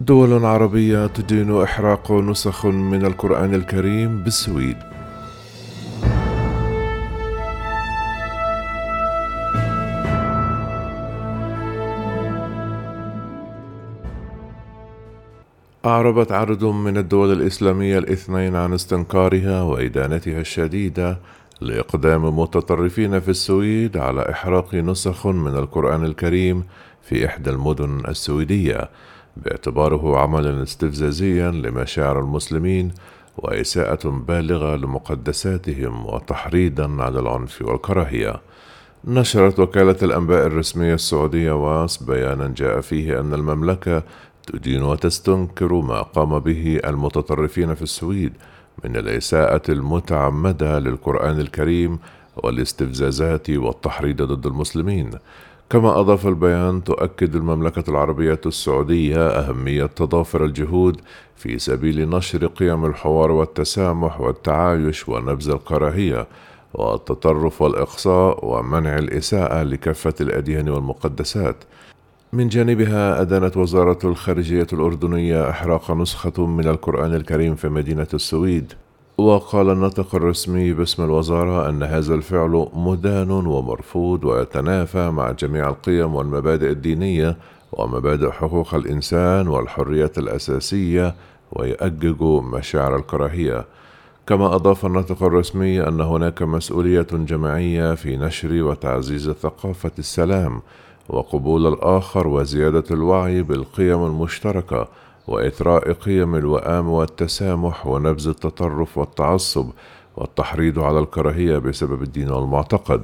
دول عربية تدين إحراق نسخ من القرآن الكريم بالسويد. أعربت عدد من الدول الإسلامية الاثنين عن استنكارها وإدانتها الشديدة لإقدام متطرفين في السويد على إحراق نسخ من القرآن الكريم في إحدى المدن السويدية، باعتباره عملا استفزازيا لمشاعر المسلمين وإساءة بالغة لمقدساتهم وتحريضا على العنف والكراهية. نشرت وكالة الأنباء الرسمية السعودية واس بيانا جاء فيه أن المملكة تدين وتستنكر ما قام به المتطرفين في السويد من الإساءة المتعمدة للقرآن الكريم والاستفزازات والتحريض ضد المسلمين. كما أضاف البيان: تؤكد المملكة العربية السعودية أهمية تضافر الجهود في سبيل نشر قيم الحوار والتسامح والتعايش ونبذ الكراهية والتطرف والإقصاء ومنع الإساءة لكافة الأديان والمقدسات. من جانبها، أدانت وزارة الخارجية الأردنية إحراق نسخة من القرآن الكريم في مدينة السويد، وقال الناطق الرسمي باسم الوزارة أن هذا الفعل مدان ومرفوض ويتنافى مع جميع القيم والمبادئ الدينية ومبادئ حقوق الإنسان والحريات الأساسية ويؤجج مشاعر الكراهية. كما أضاف الناطق الرسمي أن هناك مسؤولية جماعية في نشر وتعزيز ثقافة السلام وقبول الآخر وزيادة الوعي بالقيم المشتركة وإثراء قيم الوئام والتسامح ونبذ التطرف والتعصب والتحريض على الكراهية بسبب الدين والمعتقد.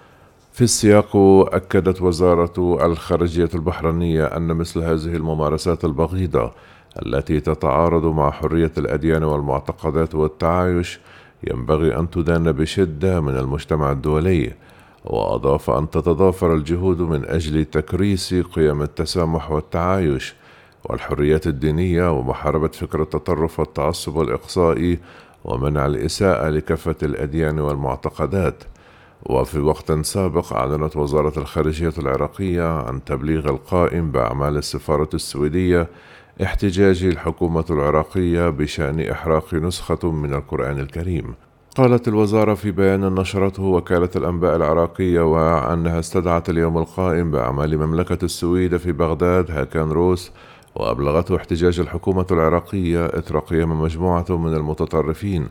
في السياق، أكدت وزارة الخارجية البحرينية أن مثل هذه الممارسات البغيضة التي تتعارض مع حرية الأديان والمعتقدات والتعايش ينبغي أن تدان بشدة من المجتمع الدولي. وأضاف أن تتضافر الجهود من أجل تكريس قيم التسامح والتعايش والحريات الدينية ومحاربة فكر التطرف والتعصب والإقصاء ومنع الإساءة لكافة الأديان والمعتقدات. وفي وقت سابق، أعلنت وزارة الخارجية العراقية عن تبليغ القائم بأعمال السفارة السويدية احتجاج الحكومة العراقية بشأن إحراق نسخة من القرآن الكريم. قالت الوزارة في بيان نشرته وكالة الأنباء العراقية أنها استدعت اليوم القائم بأعمال مملكة السويد في بغداد هاكان روس، وأبلغته احتجاج الحكومة العراقية إثر قيام مجموعة من المتطرفين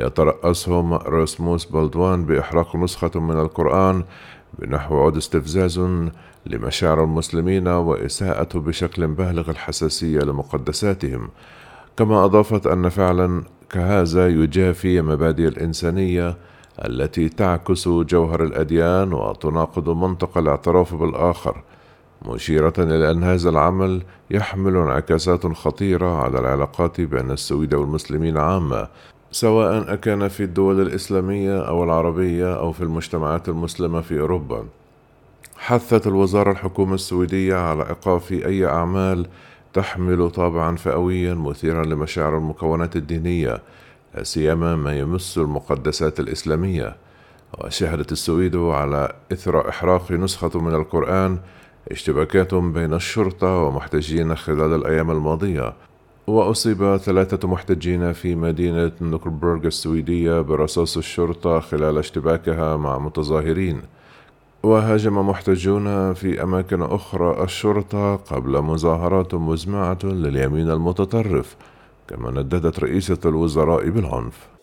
يترأسهم راسموس بلدوان بإحراق نسخة من القرآن بنحو عود استفزاز لمشاعر المسلمين وإساءة بشكل بالغ الحساسية لمقدساتهم. كما أضافت أن فعلا كهذا يجافي مبادئ الإنسانية التي تعكس جوهر الأديان وتناقض منطق الاعتراف بالآخر، مشيرة إلى أن هذا العمل يحمل انعكاسات خطيرة على العلاقات بين السويد والمسلمين عامة، سواء أكان في الدول الإسلامية أو العربية أو في المجتمعات المسلمة في أوروبا. حثت الوزارة الحكومة السويدية على إيقاف أي أعمال تحمل طابعا فئويا مثيرا لمشاعر المكونات الدينية، لا سيما ما يمس المقدسات الإسلامية. وشهدت السويد على إثر إحراق نسخة من القرآن اشتباكات بين الشرطة ومحتجين خلال الأيام الماضية، وأصيب 3 محتجين في مدينة نوكربورغ السويدية برصاص الشرطة خلال اشتباكها مع متظاهرين. وهاجم محتجون في أماكن أخرى الشرطة قبل مظاهرات مزمعة لليمين المتطرف. كما نددت رئيسة الوزراء بالعنف.